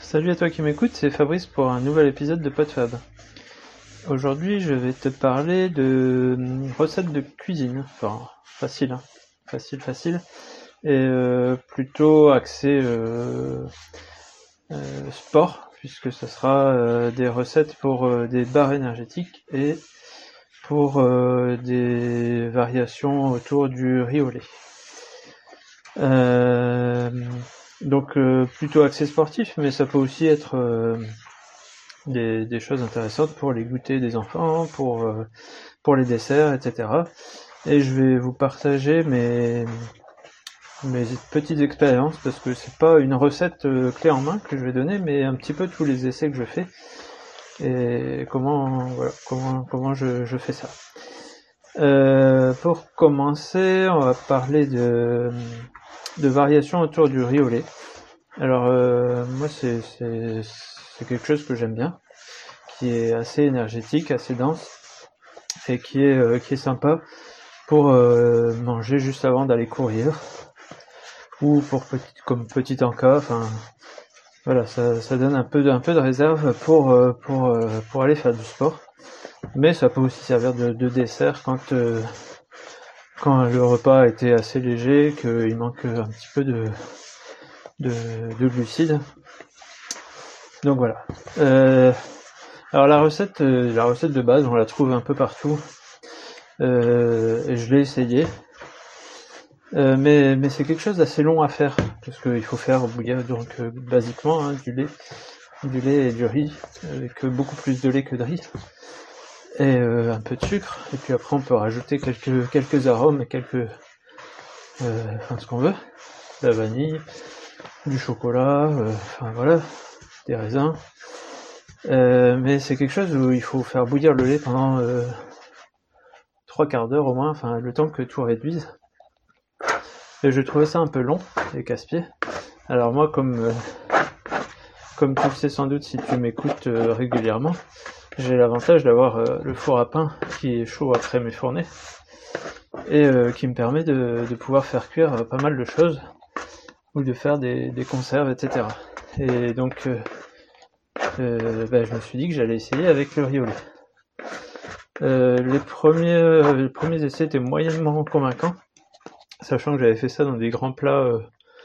Salut à toi qui m'écoute, c'est Fabrice pour un nouvel épisode de PodFab. Aujourd'hui, je vais te parler de recettes de cuisine, enfin facile, hein. Facile, et plutôt axé sport, puisque ce sera des recettes pour des barres énergétiques et pour des variations autour du riz au lait. Donc plutôt axé sportif, mais ça peut aussi être des choses intéressantes pour les goûters des enfants, pour les desserts, etc. Et je vais vous partager mes petites expériences, parce que c'est pas une recette clé en main que je vais donner, mais un petit peu tous les essais que je fais et comment je fais ça. Pour commencer, on va parler de variations autour du riz au lait. Alors moi c'est quelque chose que j'aime bien, qui est assez énergétique, assez dense, et qui est sympa pour manger juste avant d'aller courir, ou pour comme petit encas. Enfin voilà, ça donne un peu de réserve pour aller faire du sport. Mais ça peut aussi servir de dessert quand le repas a été assez léger, qu'il manque un petit peu de glucides. Donc voilà. Alors la recette de base, on la trouve un peu partout, et je l'ai essayé, mais c'est quelque chose d'assez long à faire, parce qu'il faut faire bouillir donc basiquement du lait et du riz, avec beaucoup plus de lait que de riz, et un peu de sucre, et puis après on peut rajouter quelques arômes et ce qu'on veut, de la vanille, du chocolat, enfin voilà, des raisins. Mais c'est quelque chose où il faut faire bouillir le lait pendant 3/4 d'heure au moins, enfin le temps que tout réduise. Et je trouvais ça un peu long et casse-pied. Alors moi, comme tu le sais sans doute si tu m'écoutes régulièrement, j'ai l'avantage d'avoir le four à pain qui est chaud après mes fournées, et qui me permet de pouvoir faire cuire pas mal de choses, ou de faire des conserves, etc. Et donc je me suis dit que j'allais essayer avec le riz au lait. Les premiers essais étaient moyennement convaincants, sachant que j'avais fait ça dans des grands plats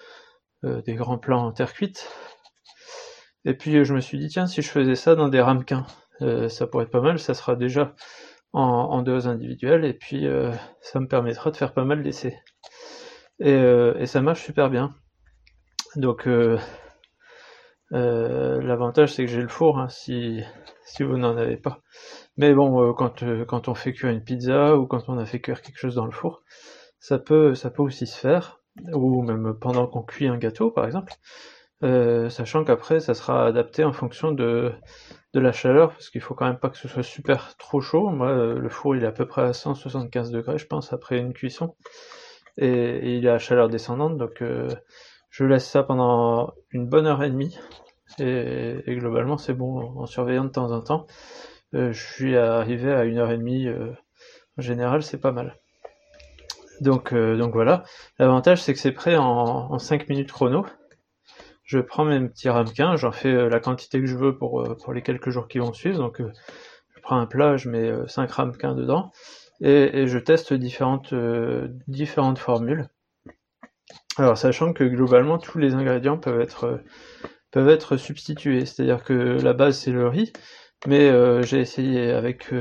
en terre cuite. Et puis je me suis dit, tiens, si je faisais ça dans des ramequins, ça pourrait être pas mal, ça sera déjà en dose individuelle, et puis ça me permettra de faire pas mal d'essais. Et ça marche super bien. Donc l'avantage c'est que j'ai le four, hein, si vous n'en avez pas. Mais bon, quand on fait cuire une pizza, ou quand on a fait cuire quelque chose dans le four, ça peut aussi se faire, ou même pendant qu'on cuit un gâteau par exemple, sachant qu'après ça sera adapté en fonction de la chaleur, parce qu'il faut quand même pas que ce soit super trop chaud. Moi le four il est à peu près à 175 degrés je pense après une cuisson, et il est à chaleur descendante, donc je laisse ça pendant une bonne heure et demie, et globalement c'est bon, en surveillant de temps en temps. Je suis arrivé à 1h30, en général c'est pas mal. Donc voilà, l'avantage c'est que c'est prêt en 5 minutes chrono. Je prends mes petits ramequins, j'en fais la quantité que je veux pour les quelques jours qui vont suivre, donc je prends un plat, je mets 5 ramequins dedans, et je teste différentes formules. Alors sachant que globalement tous les ingrédients peuvent être substitués, c'est-à-dire que la base c'est le riz, mais j'ai essayé avec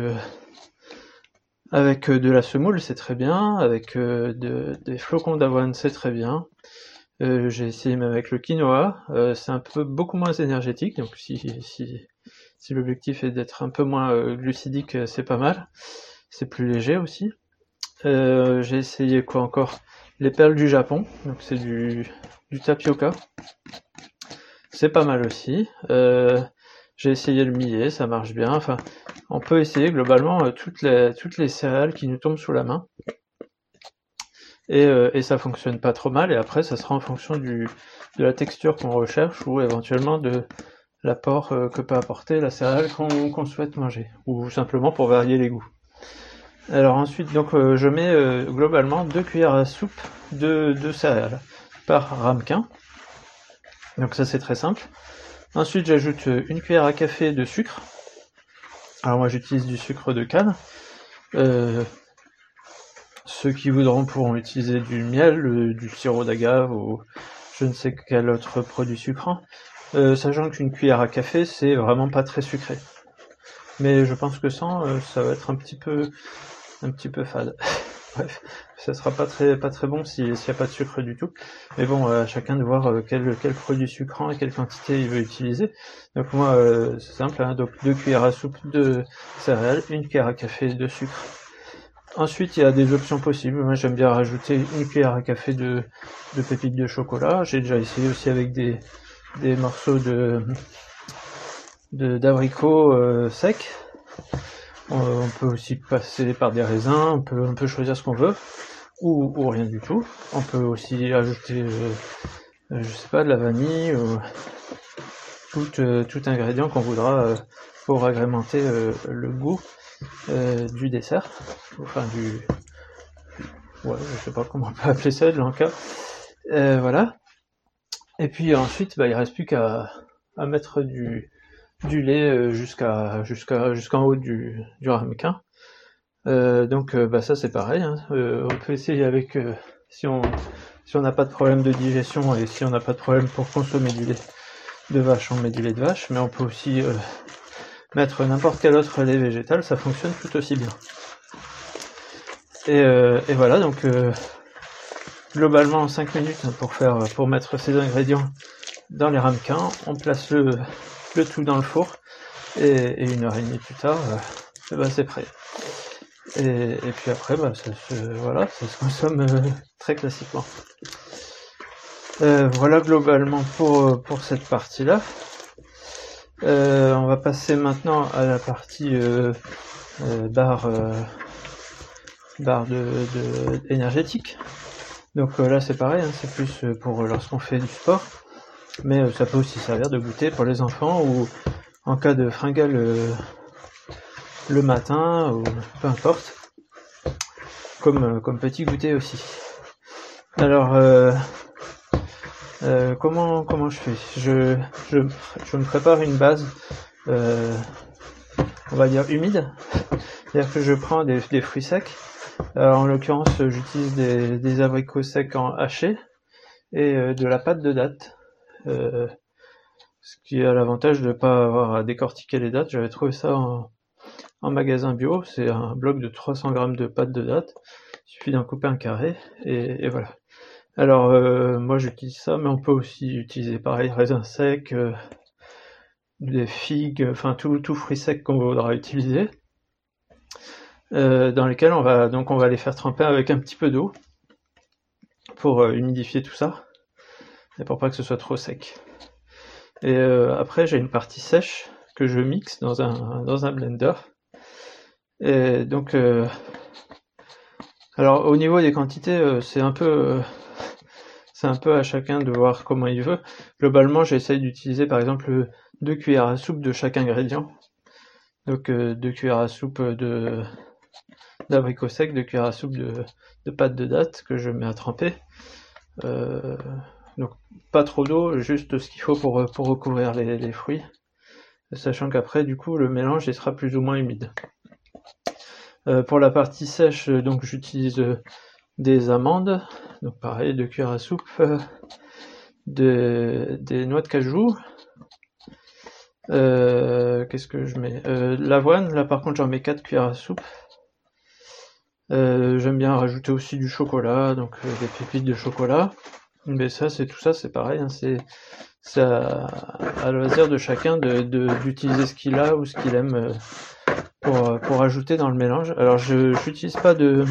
de la semoule, c'est très bien, avec des flocons d'avoine, c'est très bien. J'ai essayé même avec le quinoa, c'est beaucoup moins énergétique, donc si l'objectif est d'être un peu moins glucidique, c'est pas mal. C'est plus léger aussi. J'ai essayé quoi encore? Les perles du Japon, donc c'est du tapioca. C'est pas mal aussi. J'ai essayé le millet, ça marche bien. Enfin, on peut essayer globalement toutes les céréales qui nous tombent sous la main. Et ça fonctionne pas trop mal, et après ça sera en fonction de la texture qu'on recherche, ou éventuellement de l'apport que peut apporter la céréale qu'on souhaite manger, ou simplement pour varier les goûts. Alors ensuite, donc je mets globalement 2 cuillères à soupe de céréales par ramequin. Donc ça c'est très simple. Ensuite j'ajoute une cuillère à café de sucre. Alors moi j'utilise du sucre de canne. Ceux qui voudront pourront utiliser du miel, du sirop d'agave ou je ne sais quel autre produit sucrant. Sachant qu'une cuillère à café c'est vraiment pas très sucré. Mais je pense que sans, ça va être un petit peu fade. Bref, ça sera pas très bon s'il n'y a pas de sucre du tout. Mais bon, à chacun de voir quel produit sucrant et quelle quantité il veut utiliser. Donc moi, c'est simple, hein, donc 2 cuillères à soupe de céréales, 1 cuillère à café de sucre. Ensuite, il y a des options possibles. Moi, j'aime bien rajouter 1 cuillère à café de pépites de chocolat. J'ai déjà essayé aussi avec des morceaux d'abricots secs. On peut aussi passer par des raisins, on peut choisir ce qu'on veut, ou rien du tout. On peut aussi ajouter, je sais pas, de la vanille, ou tout ingrédient qu'on voudra pour agrémenter le goût du dessert, enfin ouais, je sais pas comment on peut appeler ça, de l'encas. Voilà. Et puis ensuite, il reste plus qu'à mettre du lait jusqu'en haut du ramequin. Donc ça c'est pareil, hein. On peut essayer avec si on n'a pas de problème de digestion et si on n'a pas de problème pour consommer du lait de vache, on met du lait de vache, mais on peut aussi mettre n'importe quel autre lait végétal, ça fonctionne tout aussi bien. Et voilà, donc globalement 5 minutes pour mettre ces ingrédients dans les ramequins, on place le tout dans le four et 1h30 plus tard, c'est prêt. Et puis après, ça se consomme très classiquement. Voilà globalement pour cette partie-là. On va passer maintenant à la partie barre énergétique. Donc là c'est pareil, hein, c'est plus pour lorsqu'on fait du sport, mais ça peut aussi servir de goûter pour les enfants ou en cas de fringale le matin ou peu importe, comme petit goûter aussi. Alors comment je fais? Je me prépare une base on va dire humide, c'est-à-dire que je prends des fruits secs. Alors, en l'occurrence j'utilise des abricots secs en haché et de la pâte de dattes, ce qui a l'avantage de ne pas avoir à décortiquer les dattes. J'avais trouvé ça en magasin bio, c'est un bloc de 300 grammes de pâte de dattes, il suffit d'en couper un carré et voilà. Alors moi j'utilise ça, mais on peut aussi utiliser pareil raisins secs, des figues, enfin tout fruit sec qu'on voudra utiliser, dans lesquels on va les faire tremper avec un petit peu d'eau pour humidifier tout ça et pour pas que ce soit trop sec. Et après j'ai une partie sèche que je mixe dans un blender. Et donc alors au niveau des quantités, c'est un peu à chacun de voir comment il veut. Globalement j'essaye d'utiliser par exemple 2 cuillères à soupe de chaque ingrédient. Donc 2 cuillères à soupe d'abricots secs, 2 cuillères à soupe de pâte de dattes que je mets à tremper. Donc pas trop d'eau, juste ce qu'il faut pour recouvrir les fruits, sachant qu'après du coup le mélange il sera plus ou moins humide. Pour la partie sèche, donc j'utilise des amandes, donc pareil 2 cuillères à soupe, des noix de cajou. Qu'est-ce que je mets? L'avoine, là par contre j'en mets 4 cuillères à soupe. J'aime bien rajouter aussi du chocolat, donc des pépites de chocolat. Mais tout ça c'est pareil, hein, c'est à loisir de chacun d'utiliser ce qu'il a ou ce qu'il aime pour ajouter dans le mélange. Alors je n'utilise pas de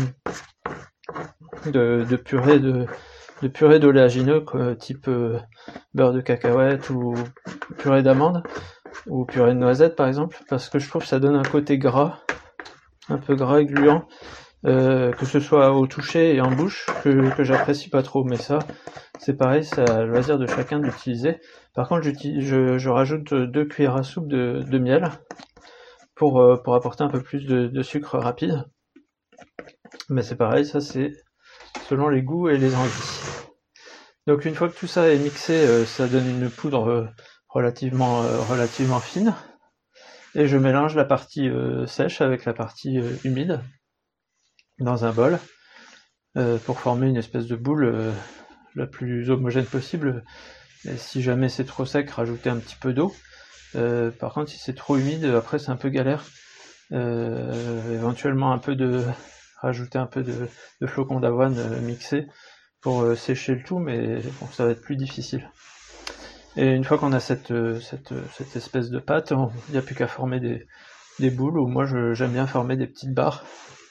purée d'oléagineux type beurre de cacahuète ou purée d'amande ou purée de noisette par exemple, parce que je trouve que ça donne un côté gras, un peu gras et gluant, que ce soit au toucher et en bouche, que j'apprécie pas trop. Mais ça c'est pareil, c'est à loisir de chacun d'utiliser. Par contre je rajoute 2 cuillères à soupe de miel pour apporter un peu plus de sucre rapide. Mais c'est pareil, ça c'est selon les goûts et les envies. Donc une fois que tout ça est mixé, ça donne une poudre relativement fine, et je mélange la partie sèche avec la partie humide dans un bol pour former une espèce de boule la plus homogène possible. Et si jamais c'est trop sec, rajouter un petit peu d'eau. Par contre, si c'est trop humide, après c'est un peu galère. Éventuellement rajouter un peu de flocons d'avoine mixés pour sécher le tout, mais bon, ça va être plus difficile. Et une fois qu'on a cette espèce de pâte, il n'y a plus qu'à former des boules, ou moi j'aime bien former des petites barres.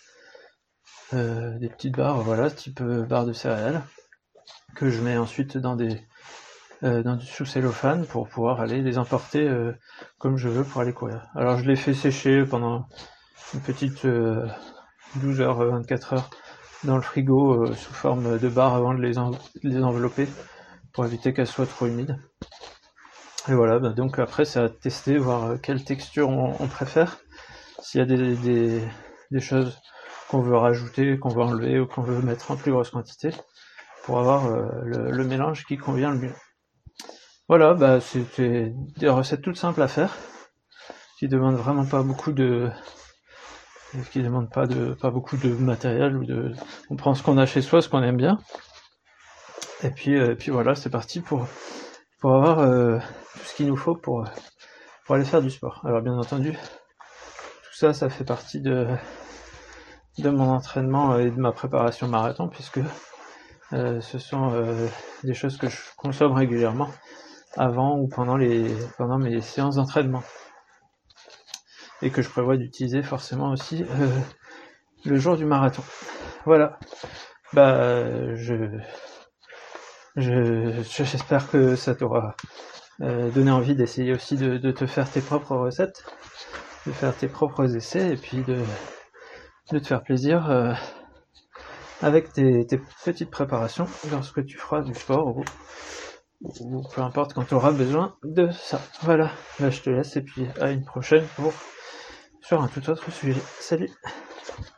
Voilà, type barres de céréales, que je mets ensuite dans du sous-cellophane pour pouvoir aller les emporter comme je veux pour aller courir. Alors je les fais sécher pendant une petite 12 heures, 24 heures dans le frigo sous forme de barres avant de les envelopper pour éviter qu'elles soient trop humides. Et voilà, donc après c'est à tester, voir quelle texture on préfère. S'il y a des choses qu'on veut rajouter, qu'on veut enlever ou qu'on veut mettre en plus grosse quantité pour avoir le mélange qui convient le mieux. Voilà, c'était des recettes toutes simples à faire, qui demandent vraiment pas beaucoup de matériel, on prend ce qu'on a chez soi, ce qu'on aime bien, et puis voilà, c'est parti pour avoir tout ce qu'il nous faut pour aller faire du sport. Alors bien entendu, tout ça fait partie de mon entraînement et de ma préparation marathon, puisque ce sont des choses que je consomme régulièrement avant ou pendant mes séances d'entraînement, et que je prévois d'utiliser forcément aussi le jour du marathon. Voilà, j'espère que ça t'aura donné envie d'essayer aussi de te faire tes propres recettes, de faire tes propres essais, et puis de te faire plaisir avec tes petites préparations lorsque tu feras du sport ou peu importe, quand tu auras besoin de ça. Voilà, je te laisse, et puis à une prochaine sur un tout autre sujet. Salut!